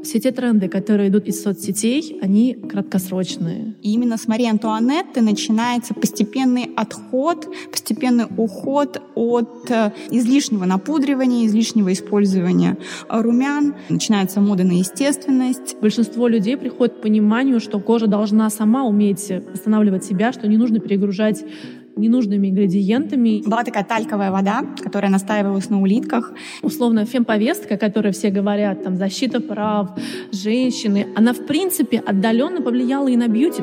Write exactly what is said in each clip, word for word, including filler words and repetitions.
все те тренды, которые идут из соцсетей, они краткосрочные. И именно с Марии Антуанетты начинается постепенный отход, постепенный уход от излишнего напудривания, излишнего использования румян. Начинается мода на естественность. Большинство людей приходит к пониманию, что кожа должна сама уметь восстанавливать себя, что не нужно перегружать ненужными ингредиентами. Была такая тальковая вода, которая настаивалась на улитках. Условно, фемповестка, о которой все говорят, там, защита прав женщины, она, в принципе, отдаленно повлияла и на бьюти.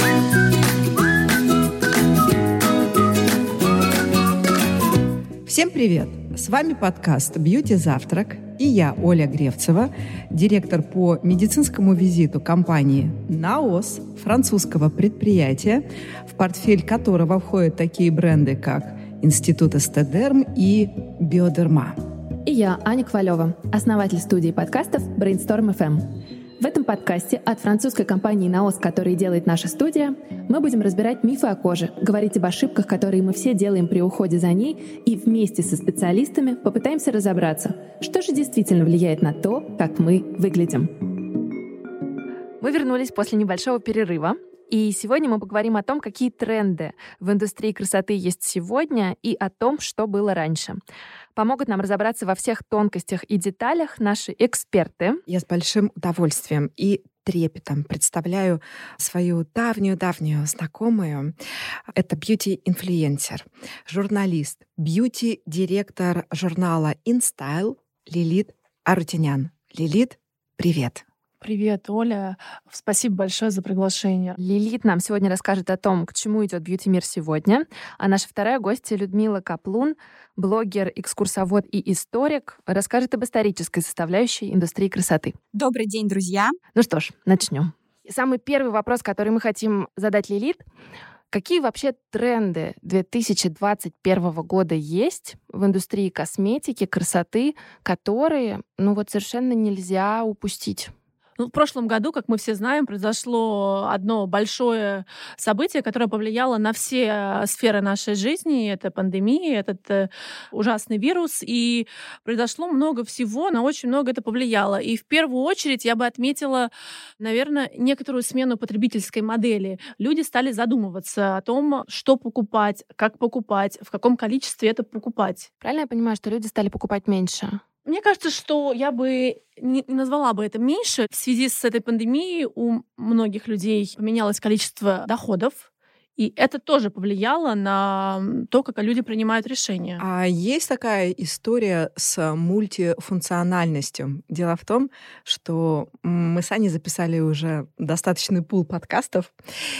Всем привет! С вами подкаст «Бьюти-завтрак» и я, Оля Гревцева, директор по медицинскому визиту компании «Наос», французского предприятия, в портфель которого входят такие бренды, как Институт Эстедерм и Биодерма. И я, Аня Ковалева, основатель студии подкастов Brainstorm эф эм. В этом подкасте от французской компании «Наос», который делает наша студия, мы будем разбирать мифы о коже, говорить об ошибках, которые мы все делаем при уходе за ней, и вместе со специалистами попытаемся разобраться, что же действительно влияет на то, как мы выглядим. Мы вернулись после небольшого перерыва, и сегодня мы поговорим о том, какие тренды в индустрии красоты есть сегодня, и о том, что было раньше. Помогут нам разобраться во всех тонкостях и деталях наши эксперты. Я с большим удовольствием и трепетом представляю свою давнюю-давнюю знакомую. Это бьюти-инфлюенсер, журналист, бьюти-директор журнала InStyle Лилит Арутюнян. Лилит, привет! Привет, Оля. Спасибо большое за приглашение. Лилит нам сегодня расскажет о том, к чему идет бьюти-мир сегодня. А наша вторая гостья Людмила Каплун, блогер, экскурсовод и историк, расскажет об исторической составляющей индустрии красоты. Добрый день, друзья. Ну что ж, начнем. Самый первый вопрос, который мы хотим задать Лилит. Какие вообще тренды две тысячи двадцать первого года есть в индустрии косметики, красоты, которые, ну вот, совершенно нельзя упустить? Ну, в прошлом году, как мы все знаем, произошло одно большое событие, которое повлияло на все сферы нашей жизни. Это пандемия, этот э, ужасный вирус. И произошло много всего, на очень много это повлияло. И в первую очередь я бы отметила, наверное, некоторую смену потребительской модели. Люди стали задумываться о том, что покупать, как покупать, в каком количестве это покупать. Правильно я понимаю, что люди стали покупать меньше? Мне кажется, что я бы не назвала бы это меньше. В связи с этой пандемией у многих людей поменялось количество доходов, и это тоже повлияло на то, как люди принимают решения. А есть такая история с мультифункциональностью. Дело в том, что мы с Аней записали уже достаточный пул подкастов,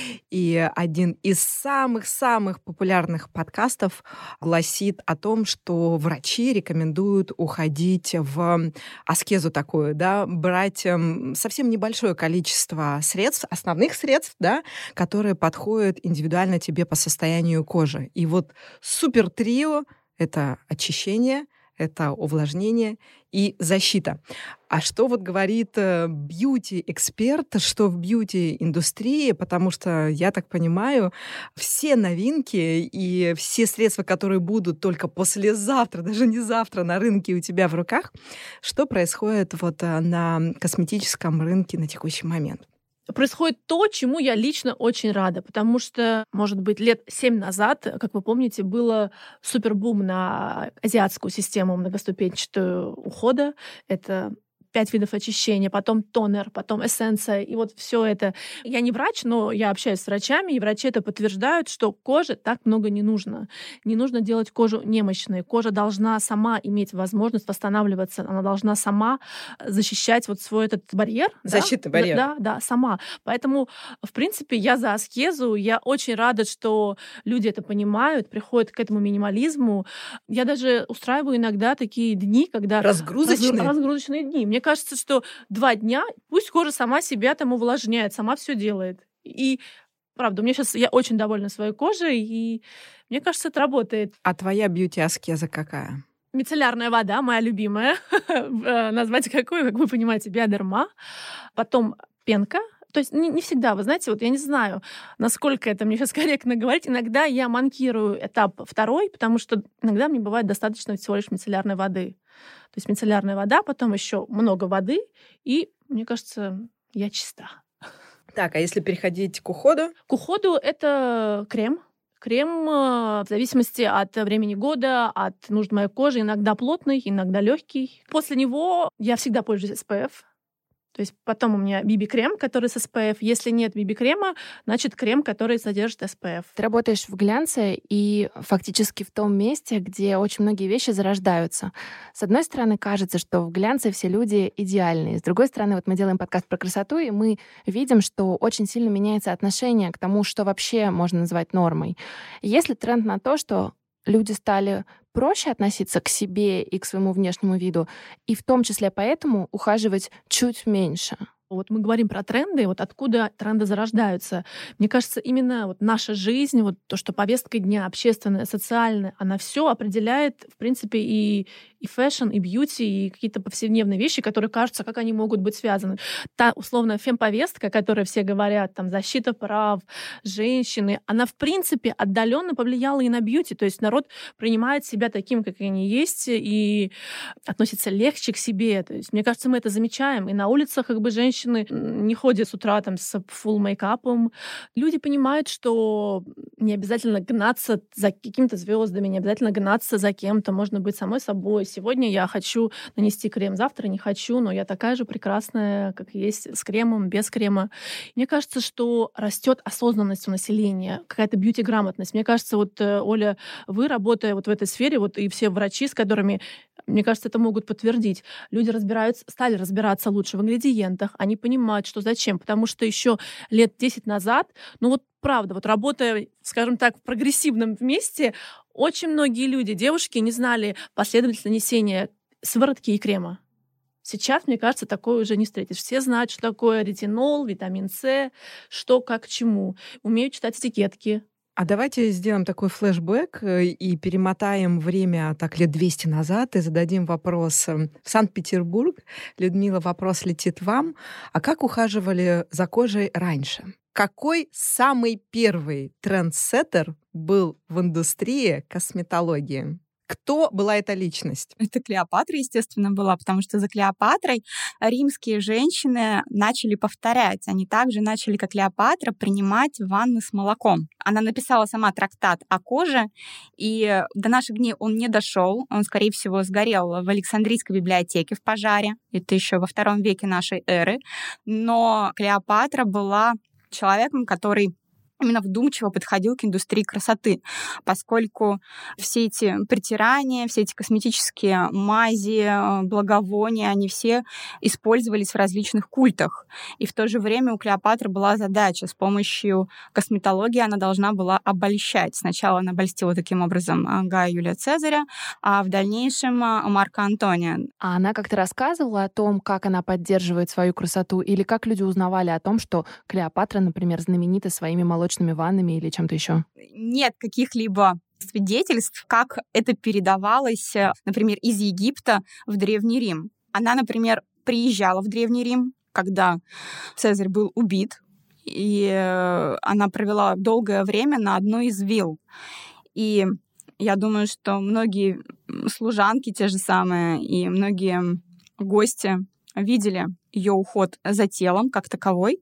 и один из самых-самых популярных подкастов гласит о том, что врачи рекомендуют уходить в аскезу такую, да, брать совсем небольшое количество средств, основных средств, да, которые подходят индивидуально индивидуально тебе по состоянию кожи. И вот супер-трио — это очищение, это увлажнение и защита. А что вот говорит бьюти-эксперт, что в бьюти-индустрии, потому что, я так понимаю, все новинки и все средства, которые будут только послезавтра, даже не завтра, на рынке у тебя в руках, что происходит вот на косметическом рынке на текущий момент? Происходит то, чему я лично очень рада, потому что, может быть, лет семь назад, как вы помните, было супербум на азиатскую систему многоступенчатую ухода. Это пять видов очищения, потом тонер, потом эссенция, и вот все это. Я не врач, но я общаюсь с врачами, и врачи это подтверждают, что коже так много не нужно. Не нужно делать кожу немощной. Кожа должна сама иметь возможность восстанавливаться, она должна сама защищать вот свой этот барьер. Защитный да? барьер. Да, да, сама. Поэтому, в принципе, я за аскезу, я очень рада, что люди это понимают, приходят к этому минимализму. Я даже устраиваю иногда такие дни, когда... Разгрузочные? Разгрузочные дни. Мне кажется, что два дня пусть кожа сама себя там увлажняет, сама все делает. И правда, у меня сейчас я очень довольна своей кожей, и мне кажется, это работает. А твоя бьюти-аскеза какая? Мицеллярная вода, моя любимая. Назвать какую, как вы понимаете, биодерма. Потом пенка. То есть не, не всегда, вы знаете, вот я не знаю, насколько это мне сейчас корректно говорить. Иногда я манкирую этап второй, потому что иногда мне бывает достаточно всего лишь мицеллярной воды. То есть мицеллярная вода, потом еще много воды и мне кажется, я чиста. Так, а если переходить к уходу? К уходу это крем. Крем в зависимости от времени года, от нужд моей кожи, иногда плотный, иногда легкий. После него я всегда пользуюсь эс пэ эф. То есть потом у меня би би-крем, который с эс пэ эф. Если нет би би-крема, значит крем, который содержит эс пэ эф. Ты работаешь в глянце и фактически в том месте, где очень многие вещи зарождаются. С одной стороны, кажется, что в глянце все люди идеальные. С другой стороны, вот мы делаем подкаст про красоту, и мы видим, что очень сильно меняется отношение к тому, что вообще можно назвать нормой. Есть ли тренд на то, что люди стали проще относиться к себе и к своему внешнему виду, и в том числе поэтому ухаживать чуть меньше? Вот мы говорим про тренды, вот откуда тренды зарождаются. Мне кажется, именно вот наша жизнь, вот то, что повестка дня общественная, социальная, она все определяет, в принципе, и, и фэшн, и бьюти, и какие-то повседневные вещи, которые кажутся, как они могут быть связаны. Та условная фемповестка, о которой все говорят, там, защита прав женщины, она, в принципе, отдаленно повлияла и на бьюти. То есть народ принимает себя таким, как они есть, и относится легче к себе. То есть, мне кажется, мы это замечаем. И на улицах как бы женщины не ходят с утра там с фулл мейкапом. Люди понимают, что не обязательно гнаться за какими-то звездами, не обязательно гнаться за кем-то, можно быть самой собой. Сегодня я хочу нанести крем, завтра не хочу, но я такая же прекрасная, как есть, с кремом, без крема. Мне кажется, что растет осознанность у населения, какая-то бьюти-грамотность. Мне кажется, вот, Оля, вы, работая вот в этой сфере, вот и все врачи, с которыми, мне кажется, это могут подтвердить, люди разбираются, стали разбираться лучше в ингредиентах, они понимают, что зачем. Потому что еще лет десять назад, ну вот правда, вот работая, скажем так, в прогрессивном месте, очень многие люди, девушки, не знали последовательность нанесения сыворотки и крема. Сейчас, мне кажется, такое уже не встретишь. Все знают, что такое ретинол, витамин С, что, как, к чему. Умеют читать этикетки. А давайте сделаем такой флешбэк и перемотаем время так лет двести назад и зададим вопрос в Санкт-Петербург. Людмила, вопрос летит вам. А как ухаживали за кожей раньше? Какой самый первый трендсеттер был в индустрии косметологии? Кто была эта личность? Это Клеопатра, естественно, была, потому что за Клеопатрой римские женщины начали повторять. Они также начали, как Клеопатра, принимать ванны с молоком. Она написала сама трактат о коже, и до наших дней он не дошел. Он, скорее всего, сгорел в Александрийской библиотеке в пожаре. Это еще во втором веке нашей эры. Но Клеопатра была человеком, который именно вдумчиво подходил к индустрии красоты, поскольку все эти притирания, все эти косметические мази, благовония, они все использовались в различных культах. И в то же время у Клеопатры была задача: с помощью косметологии она должна была обольщать. Сначала она обольстила таким образом Гая Юлия Цезаря, а в дальнейшем Марка Антония. А она как-то рассказывала о том, как она поддерживает свою красоту, или как люди узнавали о том, что Клеопатра, например, знаменита своими молочными ваннами или чем-то еще? Нет каких-либо свидетельств, как это передавалось, например, из Египта в Древний Рим. Она, например, приезжала в Древний Рим, когда Цезарь был убит, и она провела долгое время на одной из вилл. И я думаю, что многие служанки те же самые и многие гости видели ее уход за телом как таковой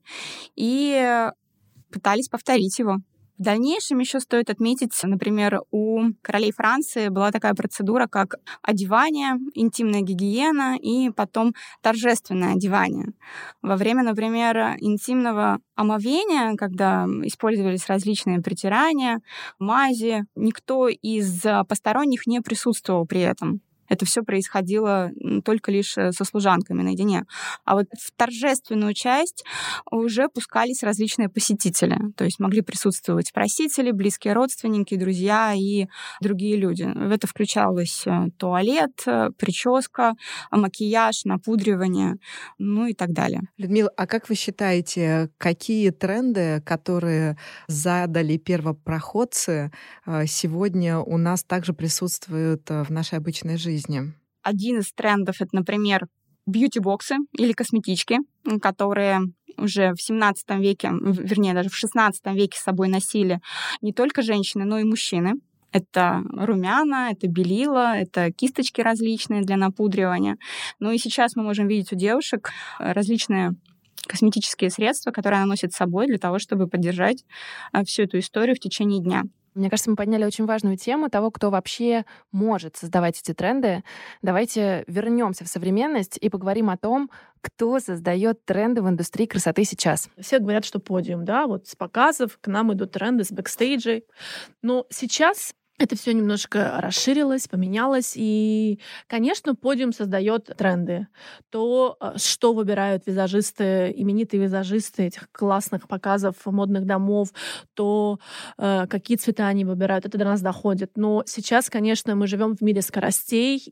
и пытались повторить его. В дальнейшем еще стоит отметить, например, у королей Франции была такая процедура, как одевание, интимная гигиена и потом торжественное одевание. Во время, например, интимного омовения, когда использовались различные притирания, мази, никто из посторонних не присутствовал при этом. Это все происходило только лишь со служанками наедине. А вот в торжественную часть уже пускались различные посетители. То есть могли присутствовать просители, близкие родственники, друзья и другие люди. В это включалось туалет, прическа, макияж, напудривание, ну и так далее. Людмила, а как вы считаете, какие тренды, которые задали первопроходцы, сегодня у нас также присутствуют в нашей обычной жизни? Один из трендов — это, например, бьюти-боксы или косметички, которые уже в семнадцатом веке, вернее, даже в шестнадцатом веке с собой носили не только женщины, но и мужчины. Это румяна, это белила, это кисточки различные для напудривания. Ну и сейчас мы можем видеть у девушек различные косметические средства, которые она носит с собой для того, чтобы поддержать всю эту историю в течение дня. Мне кажется, мы подняли очень важную тему того, кто вообще может создавать эти тренды. Давайте вернемся в современность и поговорим о том, кто создает тренды в индустрии красоты сейчас. Все говорят, что подиум, да, вот с показов к нам идут тренды, с бэкстейджей. Но сейчас это все немножко расширилось, поменялось, и, конечно, подиум создает тренды. То, что выбирают визажисты, именитые визажисты этих классных показов модных домов, то какие цвета они выбирают, это до нас доходит. Но сейчас, конечно, мы живем в мире скоростей,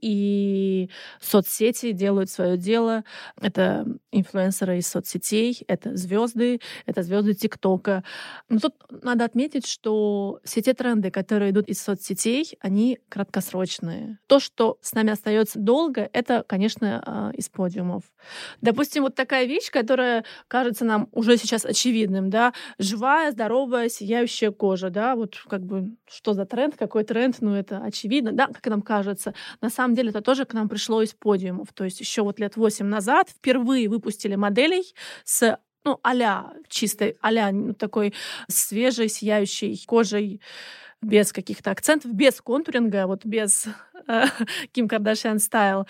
и соцсети делают свое дело. Это инфлюенсеры из соцсетей, это звезды, это звезды ТикТока. Но тут надо отметить, что все те тренды, которые идут из соцсетей, сетей, они краткосрочные. То, что с нами остается долго, это, конечно, из подиумов. Допустим, вот такая вещь, которая кажется нам уже сейчас очевидным, да, живая, здоровая, сияющая кожа, да, вот как бы что за тренд, какой тренд, ну это очевидно, да, как нам кажется. На самом деле это тоже к нам пришло из подиумов. То есть еще вот лет восемь назад впервые выпустили моделей с ну, а-ля чистой, а-ля ну, такой свежей, сияющей кожей, без каких-то акцентов, без контуринга, вот без э, Ким Кардашьян стайл.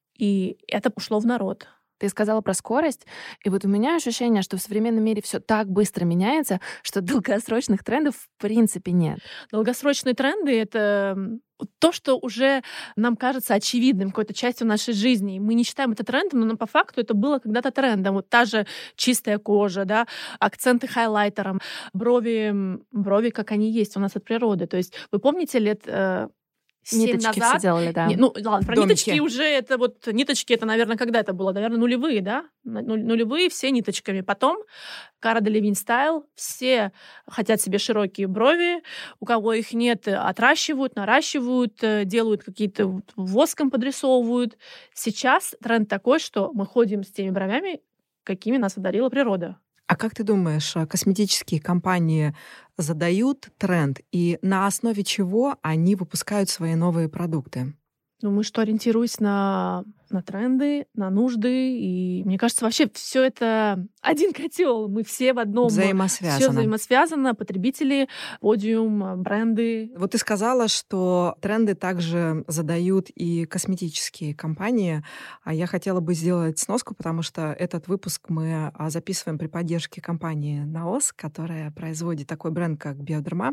И это ушло в народ. Ты сказала про скорость, и вот у меня ощущение, что в современном мире все так быстро меняется, что долгосрочных трендов в принципе нет. Долгосрочные тренды — это то, что уже нам кажется очевидным, какой-то частью нашей жизни. Мы не считаем это трендом, но по факту это было когда-то трендом. Вот та же чистая кожа, да, акценты хайлайтером, брови, брови, как они есть у нас от природы. То есть вы помните лет ниточки назад. все делали, да. Не, ну, ладно, про Домики. ниточки уже это вот... Ниточки это, наверное, когда это было? Наверное, нулевые, да? Нулевые, все ниточками. Потом Кара Делевинь стайл. Все хотят себе широкие брови. У кого их нет, отращивают, наращивают, делают какие-то воском подрисовывают. Сейчас тренд такой, что мы ходим с теми бровями, какими нас одарила природа. А как ты думаешь, косметические компании задают тренд, и на основе чего они выпускают свои новые продукты? Думаю, что ориентируюсь на, на тренды, на нужды. И мне кажется, вообще все это один котел. Мы все в одном. Взаимосвязано. Все взаимосвязано. Потребители, подиум, бренды. Вот ты сказала, что тренды также задают и косметические компании. А я хотела бы сделать сноску, потому что этот выпуск мы записываем при поддержке компании наос, которая производит такой бренд, как Биодерма.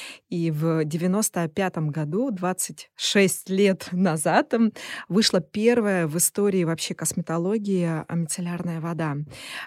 И в девяносто пятом году, двадцать шесть лет назад, вышла первая в истории вообще косметологии мицеллярная вода.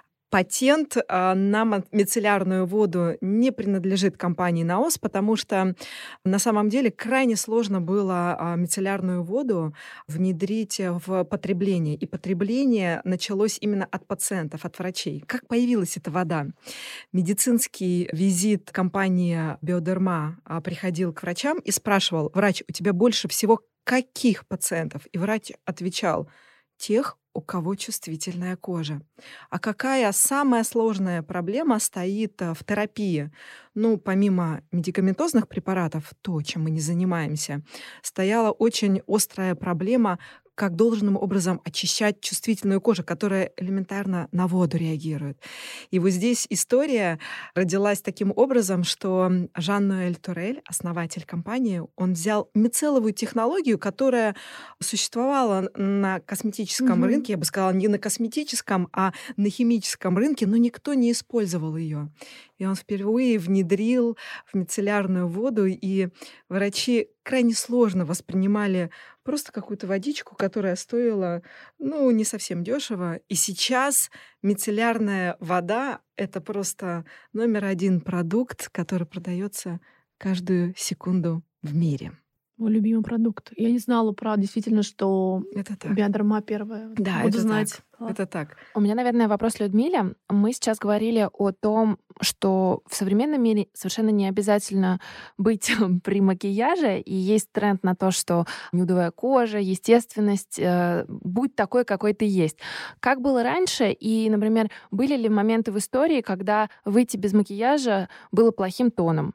Патент на мицеллярную воду не принадлежит компании наос, потому что на самом деле крайне сложно было мицеллярную воду внедрить в потребление. И потребление началось именно от пациентов, от врачей. Как появилась эта вода? Медицинский визит компании Биодерма приходил к врачам и спрашивал: врач, у тебя больше всего каких пациентов? И врач отвечал: тех, у кого чувствительная кожа. А какая самая сложная проблема стоит в терапии? Ну, помимо медикаментозных препаратов, то, чем мы не занимаемся, стояла очень острая проблема, как должным образом очищать чувствительную кожу, которая элементарно на воду реагирует. И вот здесь история родилась таким образом, что Жан-Ноэль Турель, основатель компании, он взял мицелловую технологию, которая существовала на косметическом mm-hmm. рынке, я бы сказала, не на косметическом, а на химическом рынке, но никто не использовал ее. И он впервые внедрил в мицеллярную воду, и врачи крайне сложно воспринимали просто какую-то водичку, которая стоила, ну, не совсем дешево. И сейчас мицеллярная вода — это просто номер один продукт, который продается каждую секунду в мире. Мой любимый продукт. Я не знала, правда, действительно, что Биодерма первая. Да, Буду это знать. Так. Это так. У меня, наверное, вопрос Людмиле. Мы сейчас говорили о том, что в современном мире совершенно не обязательно быть при макияже, и есть тренд на то, что нюдовая кожа, естественность, э, будь такой, какой ты есть. Как было раньше? И, например, были ли моменты в истории, когда выйти без макияжа было плохим тоном?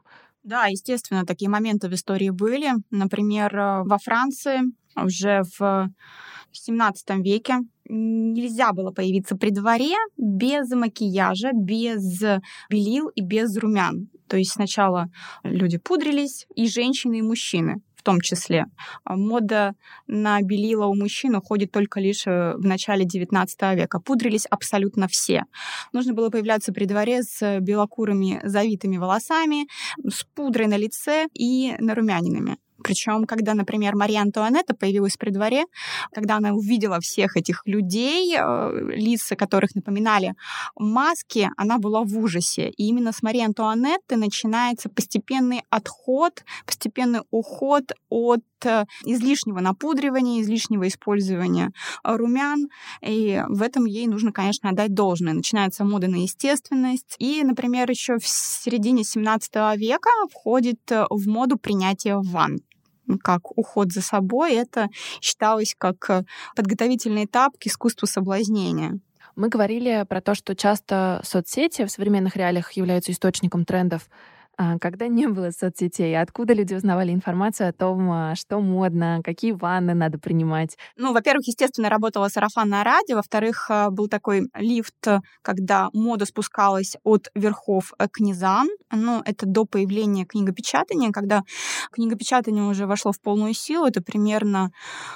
Да, естественно, такие моменты в истории были. Например, во Франции уже в семнадцатом веке нельзя было появиться при дворе без макияжа, без белил и без румян. То есть сначала люди пудрились, и женщины, и мужчины в том числе. Мода на белила у мужчин уходит только лишь в начале девятнадцатого века. Пудрились абсолютно все. Нужно было появляться при дворе с белокурыми завитыми волосами, с пудрой на лице и нарумянинами. Причем, когда, например, Мария Антуанетта появилась при дворе, когда она увидела всех этих людей, лица которых напоминали маски, она была в ужасе. И именно с Марии Антуанетты начинается постепенный отход, постепенный уход от излишнего напудривания, излишнего использования румян. И в этом ей нужно, конечно, отдать должное. Начинается мода на естественность. И, например, еще в середине семнадцатого века входит в моду принятие ванн. Как уход за собой, это считалось как подготовительный этап к искусству соблазнения. Мы говорили про то, что часто соцсети в современных реалиях являются источником трендов. Когда не было соцсетей, откуда люди узнавали информацию о том, что модно, какие ванны надо принимать? Ну, во-первых, естественно, работало сарафанное радио. Во-вторых, был такой лифт, когда мода спускалась от верхов к низам. Ну, это до появления книгопечатания. Когда книгопечатание уже вошло в полную силу, это примерно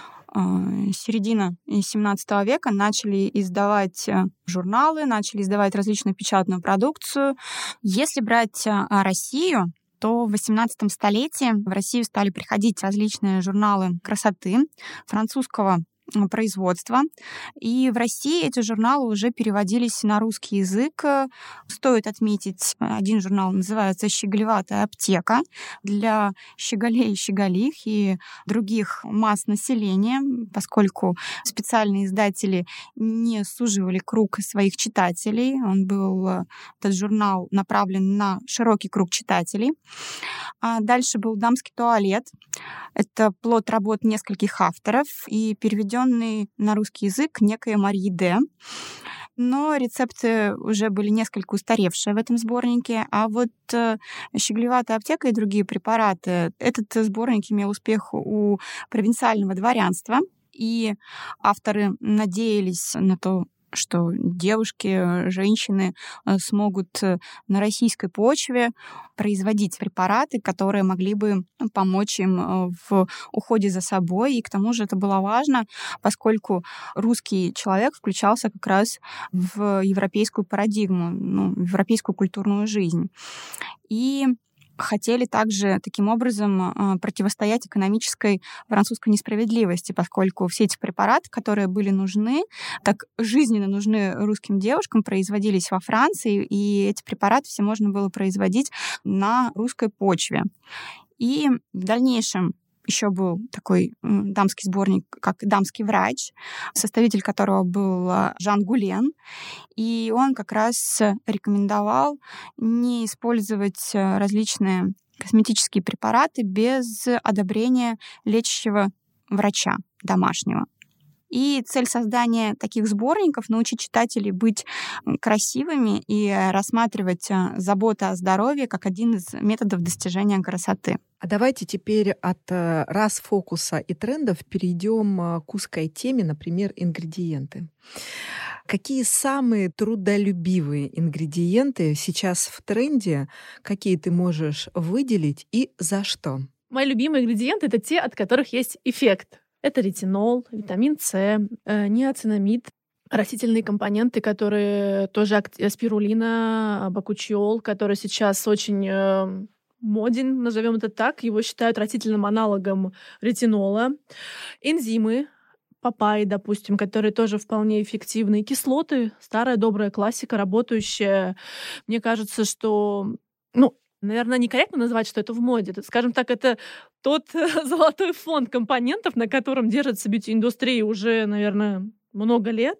середина семнадцатого века, начали издавать журналы, начали издавать различную печатную продукцию. Если брать Россию, то в восемнадцатом столетии в Россию стали приходить различные журналы красоты французского производства. И в России эти журналы уже переводились на русский язык. Стоит отметить, один журнал называется «Щеголеватая аптека» для щеголей и щеголих и других масс населения, поскольку специальные издатели не суживали круг своих читателей. Он был, этот журнал, направлен на широкий круг читателей. А дальше был «Дамский туалет». Это плод работ нескольких авторов и переведен на русский язык некая Марьи Д. Но рецепты уже были несколько устаревшие в этом сборнике. А вот «Щеголеватая аптека» и другие препараты, этот сборник имел успех у провинциального дворянства. И авторы надеялись на то, что девушки, женщины смогут на российской почве производить препараты, которые могли бы помочь им в уходе за собой. И к тому же это было важно, поскольку русский человек включался как раз в европейскую парадигму, ну, в европейскую культурную жизнь. И хотели также таким образом противостоять экономической французской несправедливости, поскольку все эти препараты, которые были нужны, так жизненно нужны русским девушкам, производились во Франции, и эти препараты все можно было производить на русской почве. И в дальнейшем еще был такой дамский сборник, как «Дамский врач», составитель которого был Жан Гулен. И он как раз рекомендовал не использовать различные косметические препараты без одобрения лечащего врача домашнего. И цель создания таких сборников — научить читателей быть красивыми и рассматривать заботу о здоровье как один из методов достижения красоты. А давайте теперь от расфокуса и трендов перейдем к узкой теме, например, ингредиенты. Какие самые трудолюбивые ингредиенты сейчас в тренде, какие ты можешь выделить и за что? Мои любимые ингредиенты — это те, от которых есть эффект. Это ретинол, витамин С, э, ниацинамид, растительные компоненты, которые тоже спирулина, бакучиол, который сейчас очень э, моден, назовем это так. Его считают растительным аналогом ретинола. Энзимы, папайи, допустим, которые тоже вполне эффективны. Кислоты, старая добрая классика, работающая. Мне кажется, что... ну, наверное, некорректно называть, что это в моде. Скажем так, это тот золотой фонд компонентов, на котором держится бьюти-индустрия уже, наверное, много лет.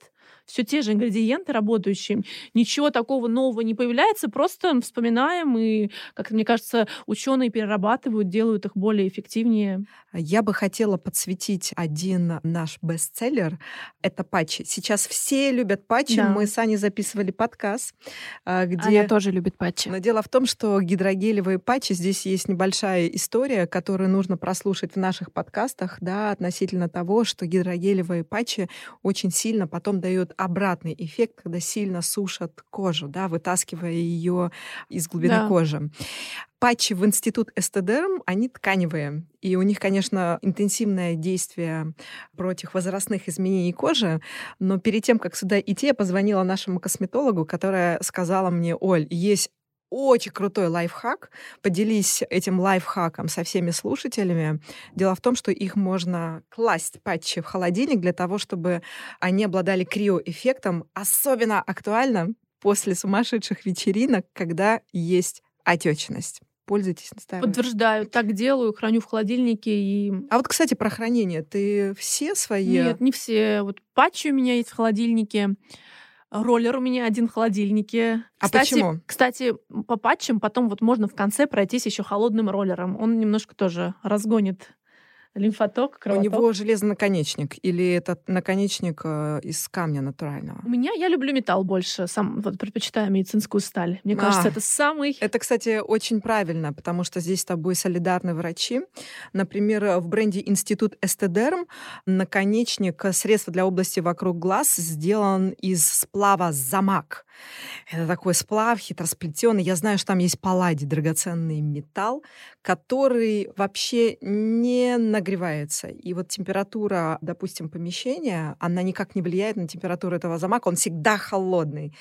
все те же ингредиенты работающие, ничего такого нового не появляется, просто вспоминаем, и, как мне кажется, ученые перерабатывают, делают их более эффективнее. Я бы хотела подсветить один наш бестселлер. Это патчи. Сейчас все любят патчи. Да. Мы с Аней записывали подкаст, где... Аня тоже любит патчи. Но дело в том, что гидрогелевые патчи, здесь есть небольшая история, которую нужно прослушать в наших подкастах, да, относительно того, что гидрогелевые патчи очень сильно потом дают обратный эффект, когда сильно сушат кожу, да, вытаскивая ее из глубины Да. кожи. Патчи в институт Эстедерм, они тканевые. И у них, конечно, интенсивное действие против возрастных изменений кожи. Но перед тем, как сюда идти, я позвонила нашему косметологу, которая сказала мне: Оль, есть очень крутой лайфхак. Поделись этим лайфхаком со всеми слушателями. Дело в том, что их можно класть, патчи, в холодильник для того, чтобы они обладали криоэффектом. Особенно актуально после сумасшедших вечеринок, когда есть отечность. Пользуйтесь на здоровье. Подтверждаю, так делаю, храню в холодильнике. И... А вот, кстати, про хранение. Ты все свои... Нет, не все. Вот патчи у меня есть в холодильнике. Роллер у меня один в холодильнике. А кстати, почему? Кстати, по патчам потом вот можно в конце пройтись еще холодным роллером. Он немножко тоже разгонит лимфоток, кровоток. У него железный наконечник или это наконечник э, из камня натурального? У меня, я люблю металл больше, сам вот предпочитаю медицинскую сталь. Мне кажется, А, это самый... Это, кстати, очень правильно, потому что здесь с тобой солидарны врачи. Например, в бренде Институт Эстедерм наконечник средства для области вокруг глаз сделан из сплава замак. Это такой сплав хитросплетенный. Я знаю, что там есть палладий, драгоценный металл, который вообще не нагревается. И вот температура, допустим, помещения, она никак не влияет на температуру этого замака. Он всегда холодный.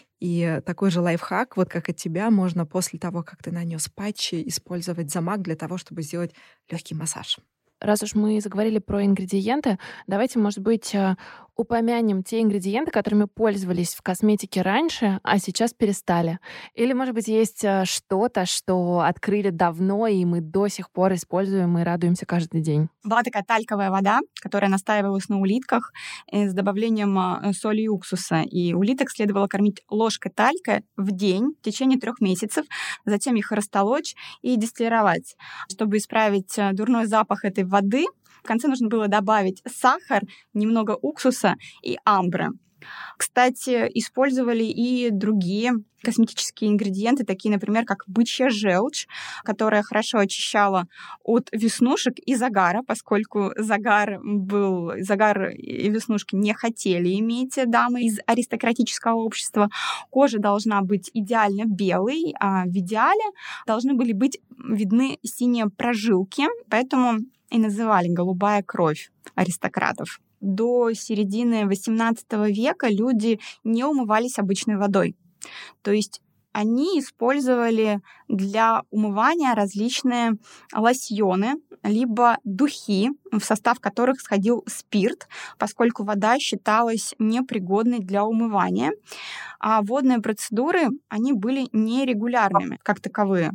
И такой же лайфхак, вот как от тебя, можно после того, как ты нанес патчи, использовать замак для того, чтобы сделать легкий массаж. Раз уж мы заговорили про ингредиенты, давайте, может быть, упомянем те ингредиенты, которыми пользовались в косметике раньше, а сейчас перестали. Или, может быть, есть что-то, что открыли давно, и мы до сих пор используем и радуемся каждый день. Была такая тальковая вода, которая настаивалась на улитках с добавлением соли и уксуса. И улиток следовало кормить ложкой талька в день в течение трех месяцев, затем их растолочь и дистиллировать. Чтобы исправить дурной запах этой воды, в конце нужно было добавить сахар, немного уксуса и амбры. Кстати, использовали и другие косметические ингредиенты, такие, например, как бычья желчь, которая хорошо очищала от веснушек и загара, поскольку загар был, загар и веснушки не хотели иметь дамы из аристократического общества. Кожа должна быть идеально белой, а в идеале должны были быть видны синие прожилки, поэтому и называли голубая кровь аристократов. До середины восемнадцатого века люди не умывались обычной водой. То есть они использовали для умывания различные лосьоны, либо духи, в состав которых сходил спирт, поскольку вода считалась непригодной для умывания. А водные процедуры, они были нерегулярными, как таковые.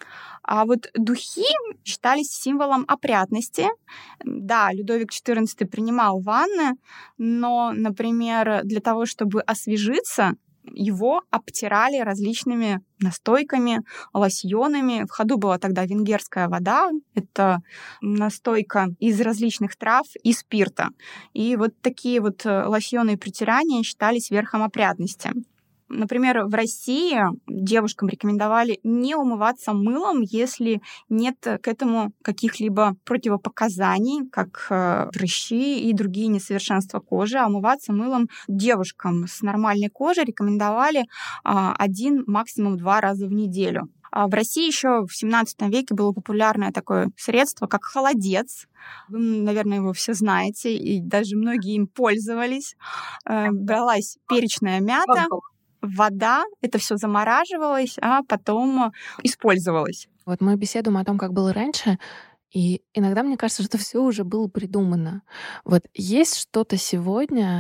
А вот духи считались символом опрятности. Да, Людовик четырнадцатый принимал ванны, но, например, для того, чтобы освежиться, его обтирали различными настойками, лосьонами. В ходу была тогда венгерская вода. Это настойка из различных трав и спирта. И вот такие вот лосьоны и притирания считались верхом опрятности. Например, в России девушкам рекомендовали не умываться мылом, если нет к этому каких-либо противопоказаний, как прыщи и другие несовершенства кожи. А умываться мылом девушкам с нормальной кожей рекомендовали один, максимум два раза в неделю. А в России еще в семнадцатом веке было популярное такое средство, как холодец. Вы, наверное, его все знаете, и даже многие им пользовались. Бралась перечная мята, вода, это все замораживалось, а потом использовалось. Вот мы беседуем о том, как было раньше, и иногда мне кажется, что все уже было придумано. Вот есть что-то сегодня,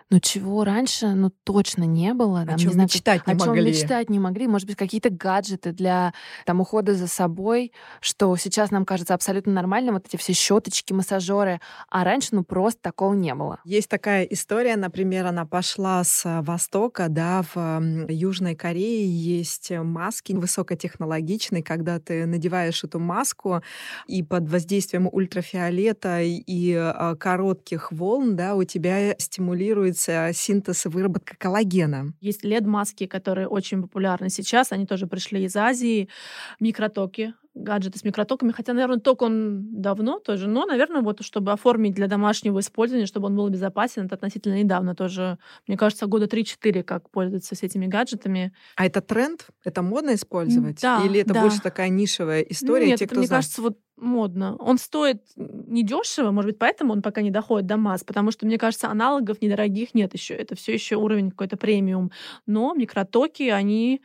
Ну, чего раньше, ну, точно не было. О Там, чем не знаю, мечтать как- не о чем могли. мечтать не могли. Может быть, какие-то гаджеты для там, ухода за собой, что сейчас нам кажется абсолютно нормальным, вот эти все щеточки, массажеры. А раньше, ну, просто такого не было. Есть такая история, например, она пошла с э, Востока, да, в м, Южной Корее есть э, маски высокотехнологичные, когда ты надеваешь эту маску, и под воздействием ультрафиолета и э, коротких волн, да, у тебя стимулируется синтез и выработка коллагена. Есть Л И Д-маски, которые очень популярны сейчас. Они тоже пришли из Азии. Микротоки, гаджеты с микротоками. Хотя, наверное, ток он давно тоже. Но, наверное, вот чтобы оформить для домашнего использования, чтобы он был безопасен, это относительно недавно тоже. Мне кажется, года три-четыре как пользуются с этими гаджетами. А это тренд? Это модно использовать? Да, Или это да. больше такая нишевая история? Нет, те, это, кто мне знает? кажется, вот модно. Он стоит недешево, может быть, поэтому он пока не доходит до масс, потому что, мне кажется, аналогов недорогих нет еще. Это все еще уровень какой-то премиум. Но микротоки, они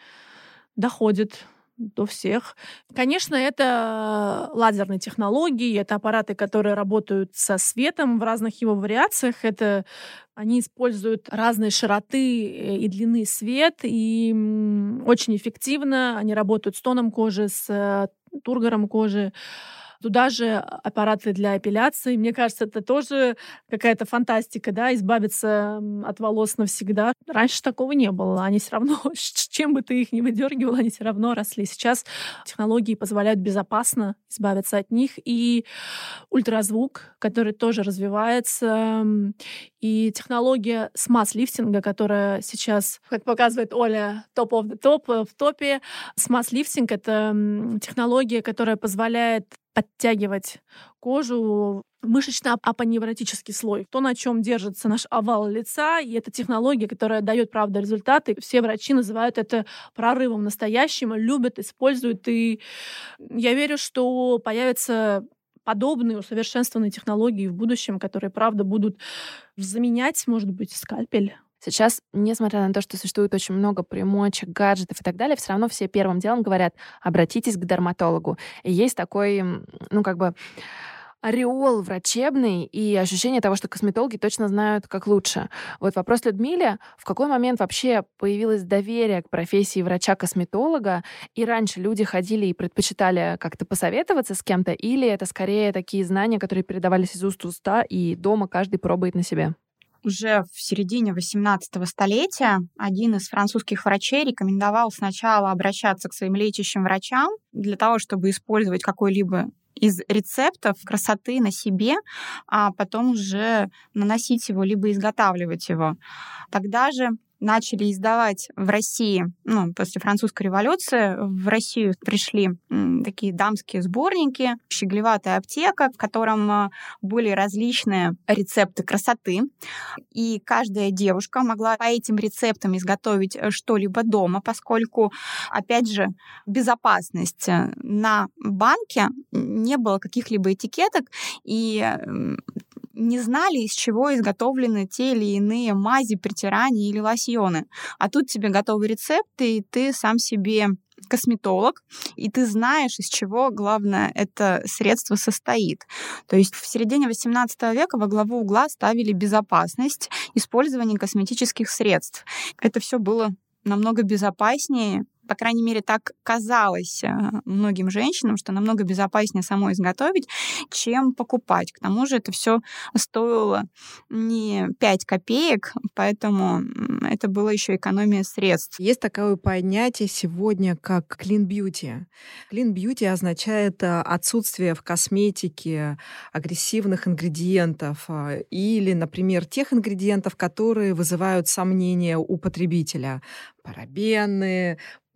доходят до всех. Конечно, это лазерные технологии, это аппараты, которые работают со светом в разных его вариациях. Это они используют разные широты и длины свет, и м, очень эффективно. Они работают с тоном кожи, с э, тургором кожи. Туда же аппараты для эпиляции. Мне кажется, это тоже какая-то фантастика, да, избавиться м, от волос навсегда. Раньше такого не было. Они все равно, с чем бы ты их ни выдергивал, они все равно росли. Сейчас технологии позволяют безопасно избавиться от них. И ультразвук, который тоже развивается, м, и технология смаз-лифтинга, которая сейчас, как показывает Оля, топ of the топ в топе. Смаз-лифтинг — это м, технология, которая позволяет подтягивать кожу, мышечно-апоневротический слой, то, на чем держится наш овал лица, и это технология, которая дает, правда, результаты. Все врачи называют это прорывом настоящим, любят, используют, и я верю, что появятся подобные усовершенствованные технологии в будущем, которые, правда, будут заменять, может быть, скальпель. Сейчас, несмотря на то, что существует очень много примочек, гаджетов и так далее, все равно все первым делом говорят: обратитесь к дерматологу. И есть такой, м, ну, как бы ореол врачебный и ощущение того, что косметологи точно знают, как лучше. Вот вопрос Людмиле: в какой момент вообще появилось доверие к профессии врача-косметолога, и раньше люди ходили и предпочитали как-то посоветоваться с кем-то, или это скорее такие знания, которые передавались из уст в уста, и дома каждый пробует на себе? Уже в середине восемнадцатого столетия один из французских врачей рекомендовал сначала обращаться к своим лечащим врачам для того, чтобы использовать какой-либо из рецептов красоты на себе, а потом уже наносить его, либо изготавливать его. Тогда же начали издавать в России, ну, после французской революции, в Россию пришли м, такие дамские сборники, «Щеглеватая аптека», в котором а, были различные рецепты красоты, и каждая девушка могла по этим рецептам изготовить что-либо дома, поскольку, опять же, безопасность. На банке не было каких-либо этикеток, и м, не знали, из чего изготовлены те или иные мази, притирания или лосьоны. А тут тебе готовый рецепт, и ты сам себе косметолог, и ты знаешь, из чего, главное, это средство состоит. То есть в середине восемнадцатого века во главу угла ставили безопасность использования косметических средств. Это все было намного безопаснее. По крайней мере, так казалось многим женщинам, что намного безопаснее самой изготовить, чем покупать. К тому же это все стоило не пять копеек, поэтому это была еще экономия средств. Есть такое понятие сегодня, как clean beauty. Clean beauty означает отсутствие в косметике агрессивных ингредиентов или, например, тех ингредиентов, которые вызывают сомнения у потребителя. Парабены,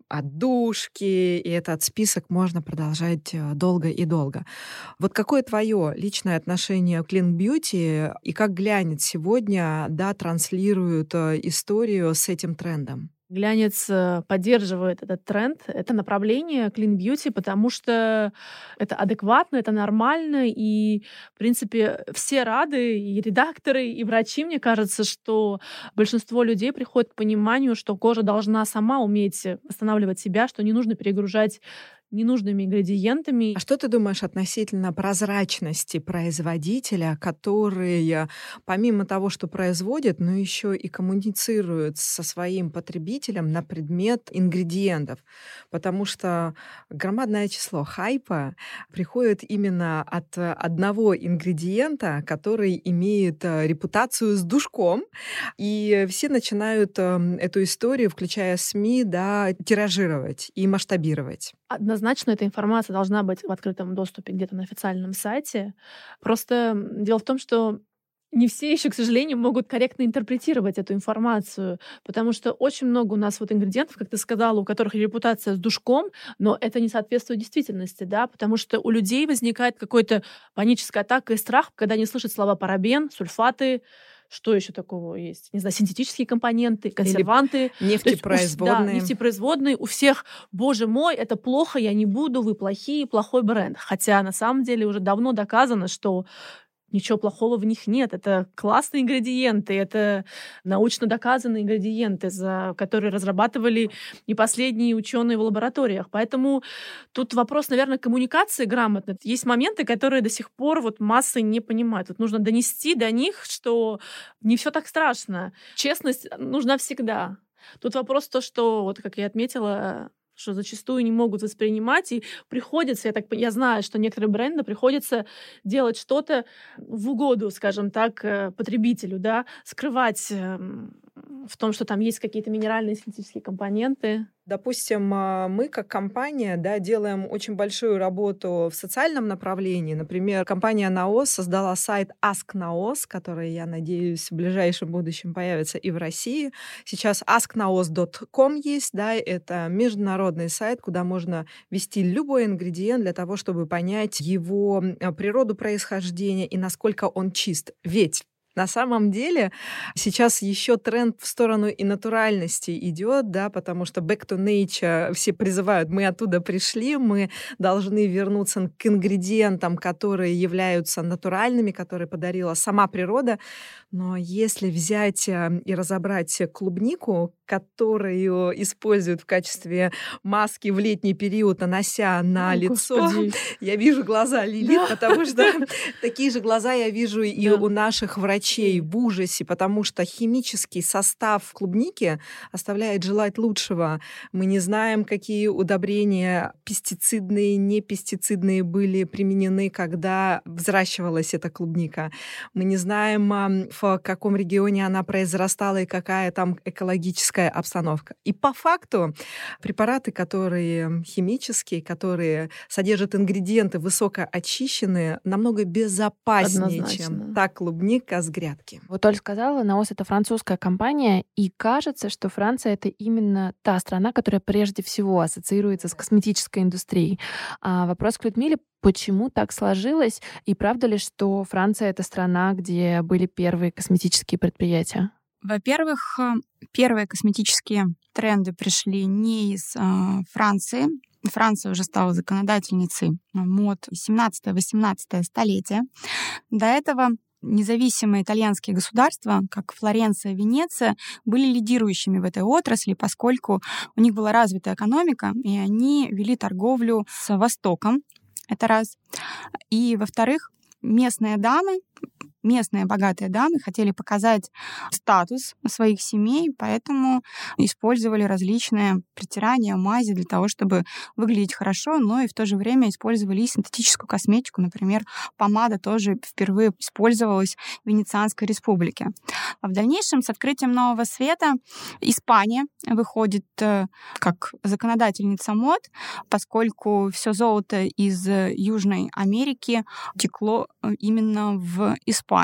отдушки, и этот список можно продолжать долго и долго. Вот какое твое личное отношение к Clean Beauty и как Глянец сегодня, да, транслирует историю с этим трендом? Глянец поддерживает этот тренд, это направление Clean Beauty, потому что это адекватно, это нормально, и, в принципе, все рады, и редакторы, и врачи, мне кажется, что большинство людей приходит к пониманию, что кожа должна сама уметь восстанавливать себя, что не нужно перегружать ненужными ингредиентами. А что ты думаешь относительно прозрачности производителя, который помимо того, что производит, но еще и коммуницирует со своим потребителем на предмет ингредиентов? Потому что громадное число хайпа приходит именно от одного ингредиента, который имеет репутацию с душком, и все начинают эту историю, включая СМИ, да, тиражировать и масштабировать. Однозначно эта информация должна быть в открытом доступе где-то на официальном сайте. Просто дело в том, что не все еще, к сожалению, могут корректно интерпретировать эту информацию, потому что очень много у нас вот ингредиентов, как ты сказала, у которых репутация с душком, но это не соответствует действительности, да, потому что у людей возникает какая-то паническая атака и страх, когда они слышат слова парабен, сульфаты, что еще такого есть? Не знаю, синтетические компоненты, консерванты. Или нефтепроизводные. Есть, да, нефтепроизводные. У всех, боже мой, это плохо, я не буду, вы плохие, плохой бренд. Хотя на самом деле уже давно доказано, что ничего плохого в них нет. Это классные ингредиенты, это научно доказанные ингредиенты, за которые разрабатывали не последние ученые в лабораториях. Поэтому тут вопрос, наверное, коммуникации грамотной. Есть моменты, которые до сих пор вот массы не понимают. Тут нужно донести до них, что не все так страшно. Честность нужна всегда. Тут вопрос то, что, вот как я отметила, что зачастую не могут воспринимать, и приходится, я, так, я знаю, что некоторые бренды приходится делать что-то в угоду, скажем так, потребителю, да, скрывать в том, что там есть какие-то минеральные синтетические компоненты. Допустим, мы как компания, да, делаем очень большую работу в социальном направлении. Например, компания наос создала сайт Ask наос, который, я надеюсь, в ближайшем будущем появится и в России. Сейчас ask naos точка com есть, да, это международный сайт, куда можно ввести любой ингредиент для того, чтобы понять его природу происхождения и насколько он чист. Ведь на самом деле сейчас еще тренд в сторону и натуральности идет, да, потому что back to nature все призывают, мы оттуда пришли, мы должны вернуться к ингредиентам, которые являются натуральными, которые подарила сама природа. Но если взять и разобрать клубнику, которую используют в качестве маски в летний период, нанося на О, лицо, Господи. Я вижу глаза Лилит, да. Потому что такие же глаза я вижу и да. у наших врачей в ужасе, потому что химический состав клубники оставляет желать лучшего. Мы не знаем, какие удобрения пестицидные, не пестицидные были применены, когда взращивалась эта клубника. Мы не знаем, в каком регионе она произрастала и какая там экологическая обстановка. И по факту препараты, которые химические, которые содержат ингредиенты высокоочищенные, намного безопаснее, Однозначно. Чем та клубника с грядки. Вот Оль сказала, наос — это французская компания, и кажется, что Франция — это именно та страна, которая прежде всего ассоциируется с косметической индустрией. А вопрос к Людмиле: почему так сложилось? И правда ли, что Франция — это страна, где были первые косметические предприятия? Во-первых, первые косметические тренды пришли не из э, Франции. Франция уже стала законодательницей мод семнадцатое-восемнадцатое столетия. До этого независимые итальянские государства, как Флоренция, Венеция, были лидирующими в этой отрасли, поскольку у них была развитая экономика, и они вели торговлю с Востоком. Это раз. И, во-вторых, местные дамы, местные богатые дамы хотели показать статус своих семей, поэтому использовали различные притирания, мази для того, чтобы выглядеть хорошо, но и в то же время использовали и синтетическую косметику. Например, помада тоже впервые использовалась в Венецианской республике. А в дальнейшем с открытием нового света Испания выходит как законодательница мод, поскольку все золото из Южной Америки текло именно в Испанию.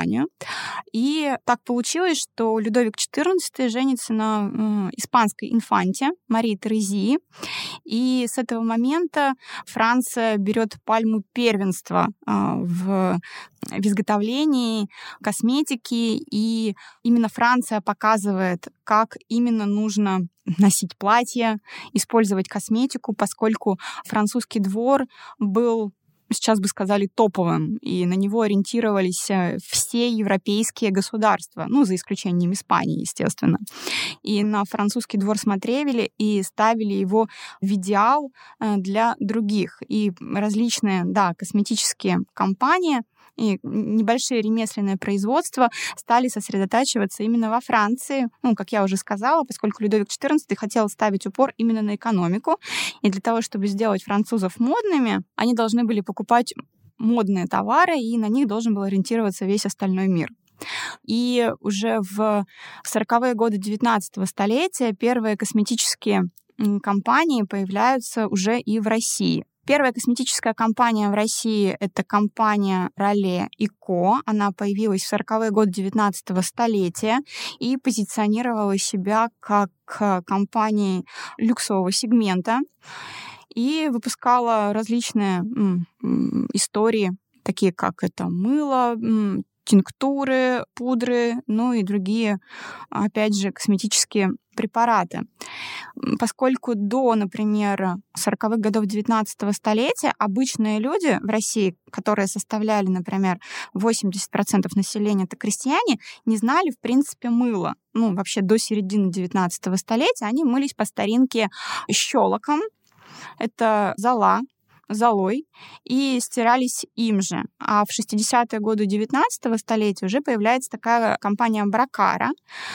И так получилось, что Людовик четырнадцатый женится на э, испанской инфанте Марии Терезии. И с этого момента Франция берет пальму первенства э, в, в изготовлении косметики. И именно Франция показывает, как именно нужно носить платье, использовать косметику, поскольку французский двор был сейчас бы сказали, топовым, и на него ориентировались все европейские государства, ну, за исключением Испании, естественно. И на французский двор смотрели и ставили его в идеал для других. И различные, да, косметические компании и небольшие ремесленные производства стали сосредотачиваться именно во Франции. Ну, как я уже сказала, поскольку Людовик четырнадцатый хотел ставить упор именно на экономику, и для того, чтобы сделать французов модными, они должны были покупать модные товары, и на них должен был ориентироваться весь остальной мир. И уже в сороковые годы девятнадцатого столетия первые косметические компании появляются уже и в России. Первая косметическая компания в России — это компания Ролле и Ко. Она появилась в сороковые годы девятнадцатого столетия и позиционировала себя как компания люксового сегмента и выпускала различные м, м, истории, такие как это мыло, м, тинктуры, пудры, ну и другие, опять же, косметические препараты. Поскольку до, например, сороковых годов девятнадцатого столетия обычные люди в России, которые составляли, например, восемьдесят процентов населения, это крестьяне, не знали, в принципе, мыла. Ну, вообще до середины девятнадцатого столетия они мылись по старинке щелоком. Это зола, золой, и стирались им же. А в шестидесятые годы девятнадцатого столетия уже появляется такая компания Бракара,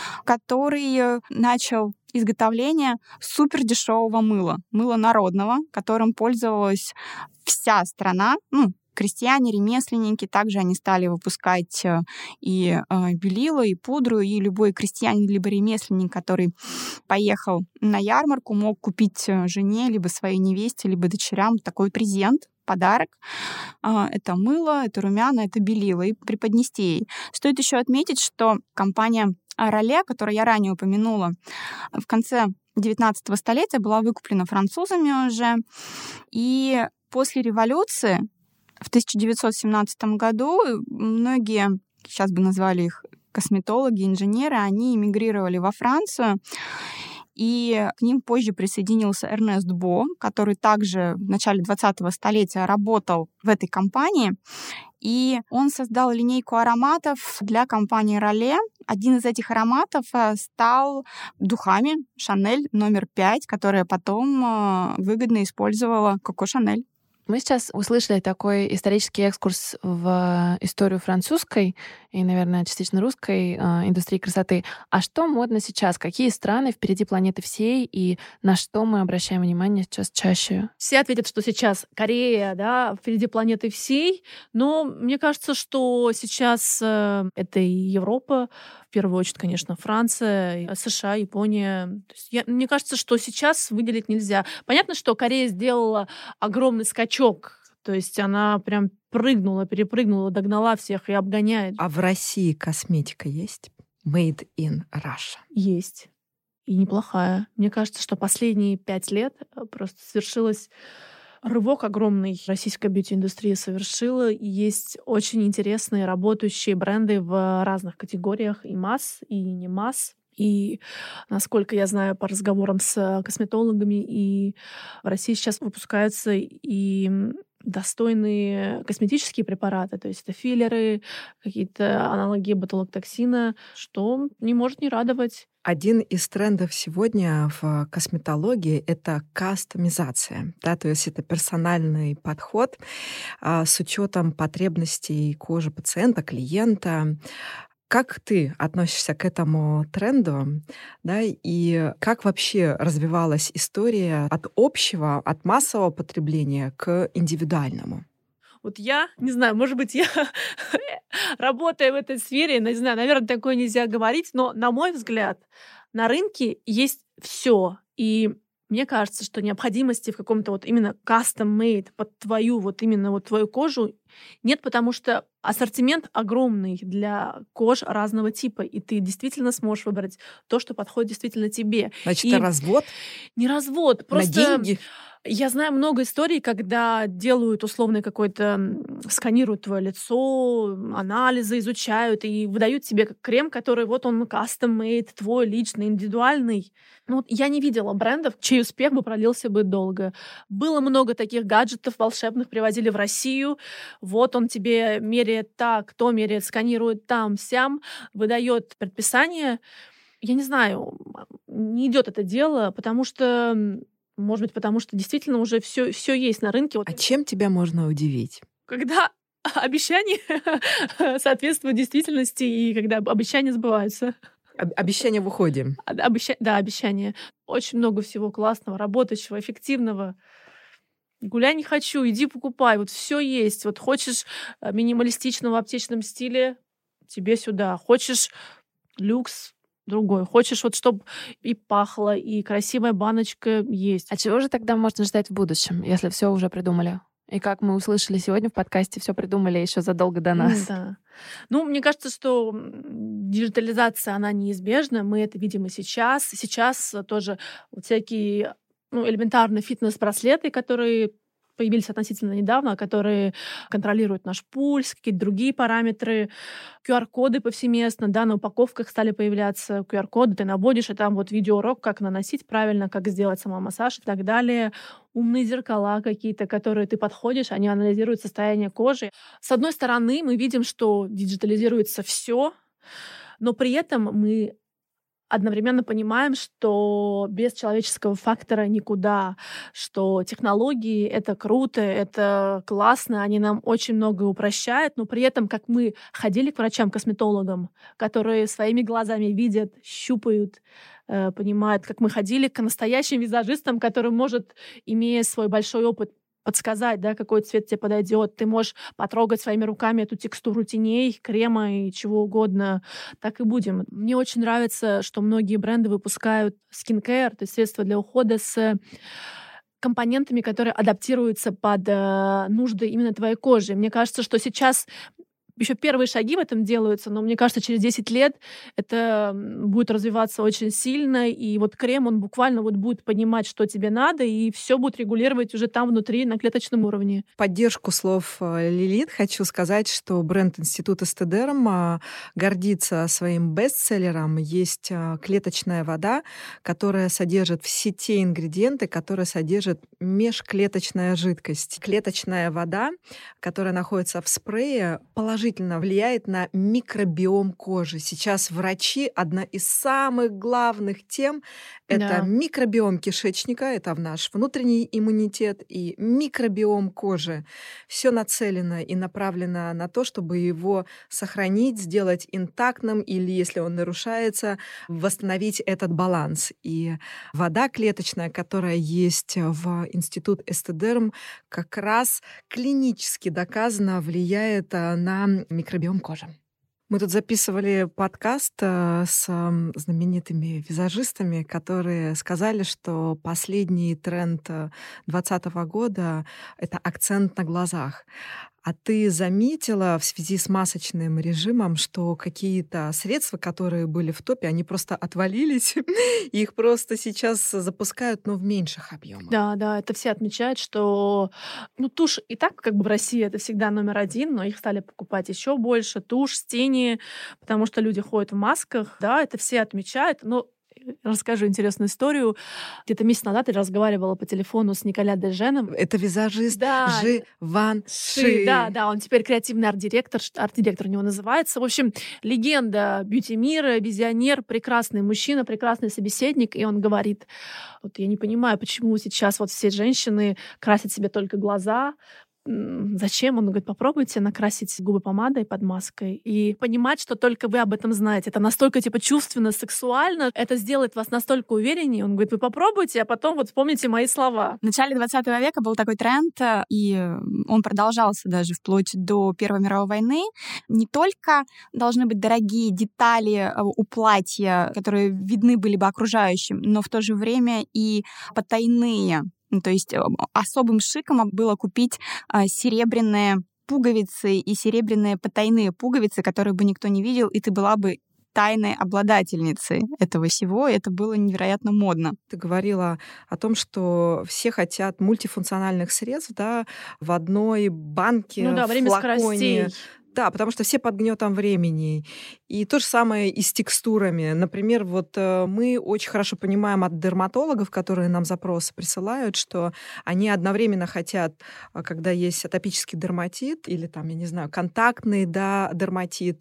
который начал изготовление супердешевого мыла, мыла народного, которым пользовалась вся страна, ну, крестьяне, ремесленники, также они стали выпускать и белила, и пудру, и любой крестьянин либо ремесленник, который поехал на ярмарку, мог купить жене, либо своей невесте, либо дочерям такой презент, подарок. Это мыло, это румяна, это белила, и преподнести ей. Стоит еще отметить, что компания Ролле, которую я ранее упомянула, в конце девятнадцатого столетия была выкуплена французами уже, и после революции в тысяча девятьсот семнадцатом году многие, сейчас бы назвали их косметологи, инженеры, они эмигрировали во Францию, и к ним позже присоединился Эрнест Бо, который также в начале двадцатого столетия работал в этой компании, и он создал линейку ароматов для компании Ролле. Один из этих ароматов стал духами Шанель номер пять, которые потом выгодно использовала Коко Шанель. Мы сейчас услышали такой исторический экскурс в историю французской и, наверное, частично русской э, индустрии красоты. А что модно сейчас? Какие страны впереди планеты всей и на что мы обращаем внимание сейчас чаще? Все ответят, что сейчас Корея, да, впереди планеты всей, но мне кажется, что сейчас э, это и Европа, в первую очередь, конечно, Франция, США, Япония. То есть я, мне кажется, что сейчас выделить нельзя. Понятно, что Корея сделала огромный скачок, то есть она прям прыгнула, перепрыгнула, догнала всех и обгоняет. А в России косметика есть? Made in Russia. Есть. И неплохая. Мне кажется, что последние пять лет просто совершилось рывок огромный. Российская бьюти-индустрия совершила. И есть очень интересные работающие бренды в разных категориях. И масс, и не масс. И, насколько я знаю по разговорам с косметологами, и в России сейчас выпускаются и достойные косметические препараты, то есть это филлеры, какие-то аналоги ботулотоксина, что не может не радовать. Один из трендов сегодня в косметологии — это кастомизация, да, то есть это персональный подход а, с учетом потребностей кожи пациента, клиента. Как ты относишься к этому тренду, да, и как вообще развивалась история от общего, от массового потребления к индивидуальному? Вот я, не знаю, может быть, я работаю в этой сфере, не знаю, наверное, такое нельзя говорить, но, на мой взгляд, на рынке есть все. И мне кажется, что необходимости в каком-то вот именно custom-made под твою, вот именно вот твою кожу нет, потому что ассортимент огромный для кож разного типа, и ты действительно сможешь выбрать то, что подходит действительно тебе. Значит, и это развод? Не развод, просто... На деньги? Я знаю много историй, когда делают условный какой-то, сканируют твое лицо, анализы изучают и выдают тебе как крем, который вот он custom-made, твой личный, индивидуальный. Ну, вот я не видела брендов, чей успех бы пролился бы долго. Было много таких гаджетов волшебных, привозили в Россию. Вот он тебе меряет так, то меряет, сканирует там, сям, выдает предписание. Я не знаю, не идет это дело, потому что... Может быть, потому что действительно уже все, все есть на рынке. А чем тебя можно удивить? Когда обещания соответствуют действительности и когда обещания сбываются. Об- обещания в уходе. Обеща... Да, обещания. Очень много всего классного, работающего, эффективного. Гуляй не хочу, иди покупай. Вот все есть. Вот хочешь минималистично в аптечном стиле, тебе сюда. Хочешь люкс, другой. Хочешь, вот чтобы и пахло, и красивая баночка есть. А чего же тогда можно ждать в будущем, если все уже придумали? И как мы услышали сегодня в подкасте, все придумали еще задолго до нас. Да. Ну, мне кажется, что диджитализация, она неизбежна. Мы это видим и сейчас. Сейчас тоже вот всякие ну, элементарные фитнес-браслеты, которые появились относительно недавно, которые контролируют наш пульс, какие-то другие параметры, ку ар-коды повсеместно, да, на упаковках стали появляться ку ар-коды, ты наводишь, и там вот видеоурок, как наносить правильно, как сделать самомассаж и так далее. Умные зеркала какие-то, которые ты подходишь, они анализируют состояние кожи. С одной стороны, мы видим, что диджитализируется все, но при этом мы одновременно понимаем, что без человеческого фактора никуда, что технологии — это круто, это классно, они нам очень многое упрощают, но при этом, как мы ходили к врачам-косметологам, которые своими глазами видят, щупают, э, понимают, как мы ходили к настоящим визажистам, который может, имея свой большой опыт, подсказать, да, какой цвет тебе подойдет. Ты можешь потрогать своими руками эту текстуру теней, крема и чего угодно. Так и будем. Мне очень нравится, что многие бренды выпускают skincare, то есть средства для ухода с компонентами, которые адаптируются под э, нужды именно твоей кожи. Мне кажется, что сейчас еще первые шаги в этом делаются, но мне кажется, через десять лет это будет развиваться очень сильно, и вот крем, он буквально вот будет понимать, что тебе надо, и все будет регулировать уже там внутри на клеточном уровне. В поддержку слов Лилит хочу сказать, что бренд Институт Эстедерм гордится своим бестселлером. Есть клеточная вода, которая содержит все те ингредиенты, которые содержит межклеточная жидкость. Клеточная вода, которая находится в спрее, положительно влияет на микробиом кожи. Сейчас врачи, одна из самых главных тем — это Да. микробиом кишечника, это в наш внутренний иммунитет, и микробиом кожи. Все нацелено и направлено на то, чтобы его сохранить, сделать интактным, или, если он нарушается, восстановить этот баланс. И вода клеточная, которая есть в Институт Эстедерм, как раз клинически доказано влияет на микробиом кожи. Мы тут записывали подкаст э, с м, знаменитыми визажистами, которые сказали, что последний тренд двадцатого года — это акцент на глазах. А ты заметила в связи с масочным режимом, что какие-то средства, которые были в топе, они просто отвалились, и их просто сейчас запускают, но в меньших объемах? Да, да, это все отмечают, что ну, тушь и так как бы в России это всегда номер один, но их стали покупать еще больше. Тушь, тени, потому что люди ходят в масках. Да, это все отмечают. Но расскажу интересную историю. Где-то месяц назад я разговаривала по телефону с Николя Деженом. Это визажист Да. Живанши. Да, да, он теперь креативный арт-директор, ш- арт-директор у него называется. В общем, легенда бьюти-мира, визионер, прекрасный мужчина, прекрасный собеседник. И он говорит, вот я не понимаю, почему сейчас вот все женщины красят себе только глаза. М, Зачем? Он говорит, попробуйте накрасить губы помадой под маской и понимать, что только вы об этом знаете. Это настолько типа чувственно, сексуально. Это сделает вас настолько увереннее. Он говорит, вы попробуйте, а потом вот вспомните мои слова. В начале двадцатого века был такой тренд, э, и э, он продолжался даже вплоть до Первой мировой войны. Не только должны быть дорогие детали э, у платья, которые видны были бы окружающим, но в то же время и потайные. Ну, то есть э, особым шиком было купить э, серебряные пуговицы и серебряные потайные пуговицы, которые бы никто не видел, и ты была бы тайной обладательницей этого всего. Это было невероятно модно. Ты говорила о том, что все хотят мультифункциональных средств, да, в одной банке, ну да, время флаконе. Скоростей. Да, потому что все под гнетом времени. И то же самое и с текстурами. Например, вот мы очень хорошо понимаем от дерматологов, которые нам запросы присылают, что они одновременно хотят, когда есть атопический дерматит или там, я не знаю, контактный, да, дерматит,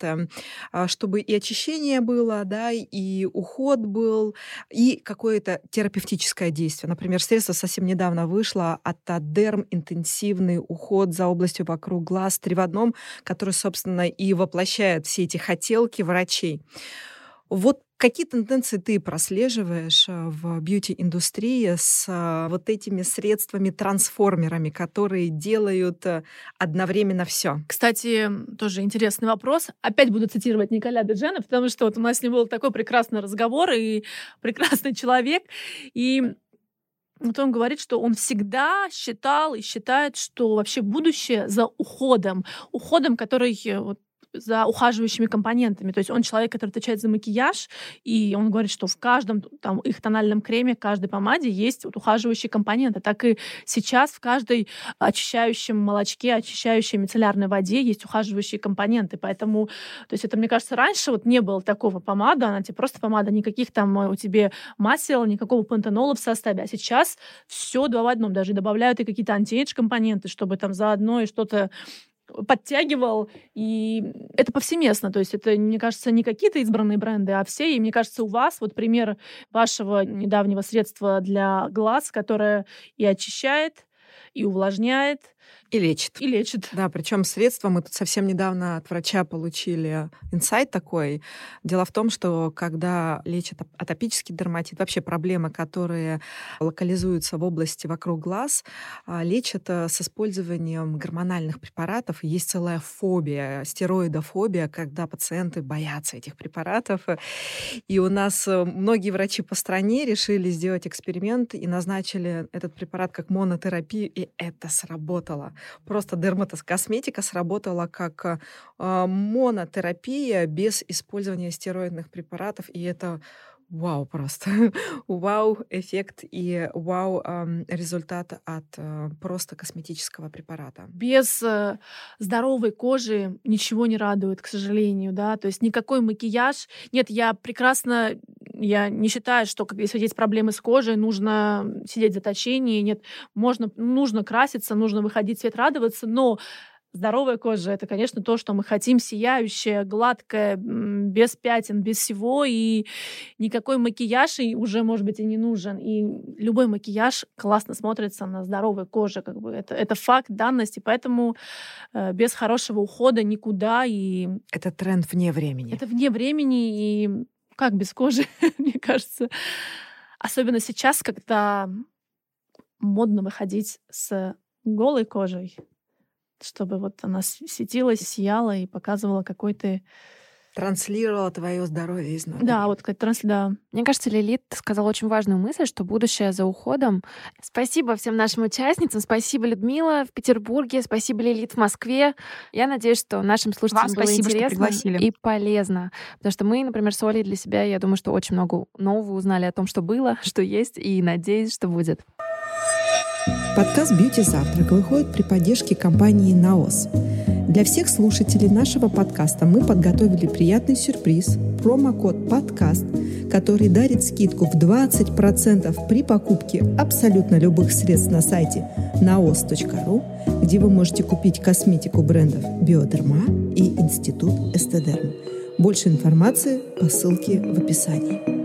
чтобы и очищение было, да, и уход был, и какое-то терапевтическое действие. Например, средство совсем недавно вышло Атодерм интенсивный уход за областью вокруг глаз три в одном, который, собственно, и воплощает все эти хотелки врачей. Вот какие тенденции ты прослеживаешь в бьюти-индустрии с вот этими средствами-трансформерами, которые делают одновременно все? Кстати, тоже интересный вопрос. Опять буду цитировать Николя де Джена, потому что вот у нас с ним был такой прекрасный разговор и прекрасный человек. И вот он говорит, что он всегда считал и считает, что вообще будущее за уходом. Уходом, который вот за ухаживающими компонентами. То есть он человек, который отвечает за макияж, и он говорит, что в каждом там, их тональном креме, в каждой помаде есть вот ухаживающие компоненты. Так и сейчас в каждой очищающем молочке, очищающей мицеллярной воде есть ухаживающие компоненты. Поэтому, то есть это, мне кажется, раньше вот не было такого помада, она тебе просто помада, никаких там у тебя масел, никакого пантенола в составе. А сейчас все два в одном. Даже добавляют и какие-то антиэйдж компоненты, чтобы там заодно и что-то подтягивал, и это повсеместно. То есть это, мне кажется, не какие-то избранные бренды, а все. И мне кажется, у вас вот пример вашего недавнего средства для глаз, которое и очищает, и увлажняет, и лечит. И лечит. Да, причем средства мы тут совсем недавно от врача получили инсайт такой. Дело в том, что когда лечат атопический дерматит, вообще проблемы, которые локализуются в области вокруг глаз, лечат с использованием гормональных препаратов. Есть целая фобия, стероидофобия, когда пациенты боятся этих препаратов. И у нас многие врачи по стране решили сделать эксперимент и назначили этот препарат как монотерапию, и это сработало. Просто дерматокосметика сработала как э, монотерапия без использования стероидных препаратов, и это вау просто. Вау-эффект и вау-результат от э, просто косметического препарата. Без э, здоровой кожи ничего не радует, к сожалению, да, то есть никакой макияж. Нет, я прекрасно, я не считаю, что если есть проблемы с кожей, нужно сидеть в заточении. Нет, можно, нужно краситься, нужно выходить в свет, радоваться, но здоровая кожа — это, конечно, то, что мы хотим, сияющая, гладкая, без пятен, без всего, и никакой макияж и уже, может быть, и не нужен. И любой макияж классно смотрится на здоровой коже, как бы это, это факт, данность, и поэтому э, без хорошего ухода никуда. И это тренд вне времени. Это вне времени, и как без кожи, мне кажется. Особенно сейчас, когда модно выходить с голой кожей, чтобы вот она светилась, сияла и показывала, какой ты... Транслировала твое здоровье изнутри. Да, вот как транс... да. Мне кажется, Лилит сказала очень важную мысль, что будущее за уходом. Спасибо всем нашим участницам. Спасибо, Людмила, в Петербурге. Спасибо, Лилит, в Москве. Я надеюсь, что нашим слушателям Вам было спасибо, интересно и полезно. Потому что мы, например, с Олей для себя, я думаю, что очень много нового узнали о том, что было, что есть, и надеюсь, что будет. Подкаст «Бьюти Завтрак» выходит при поддержке компании «Наос». Для всех слушателей нашего подкаста мы подготовили приятный сюрприз – промокод «Подкаст», который дарит скидку в двадцать процентов при покупке абсолютно любых средств на сайте наос точка ру, где вы можете купить косметику брендов «Биодерма» и «Институт Эстедерм». Больше информации по ссылке в описании.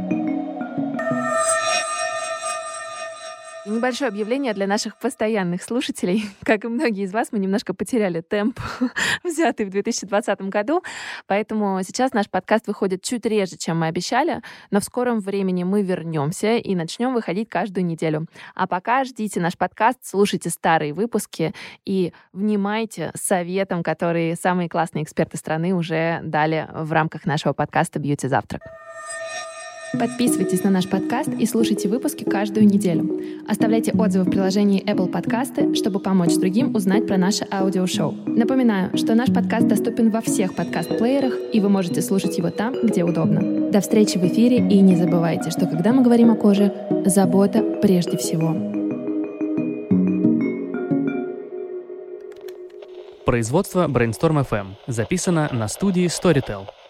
И небольшое объявление для наших постоянных слушателей. Как и многие из вас, мы немножко потеряли темп, взятый в две тысячи двадцатом году, поэтому сейчас наш подкаст выходит чуть реже, чем мы обещали, но в скором времени мы вернемся и начнем выходить каждую неделю. А пока ждите наш подкаст, слушайте старые выпуски и внимайте советам, которые самые классные эксперты страны уже дали в рамках нашего подкаста «Бьюти Завтрак». Подписывайтесь на наш подкаст и слушайте выпуски каждую неделю. Оставляйте отзывы в приложении Apple Подкасты, чтобы помочь другим узнать про наше аудиошоу. Напоминаю, что наш подкаст доступен во всех подкаст-плеерах, и вы можете слушать его там, где удобно. До встречи в эфире, и не забывайте, что когда мы говорим о коже, забота прежде всего. Производство Brainstorm эф эм. Записано на студии Storytel.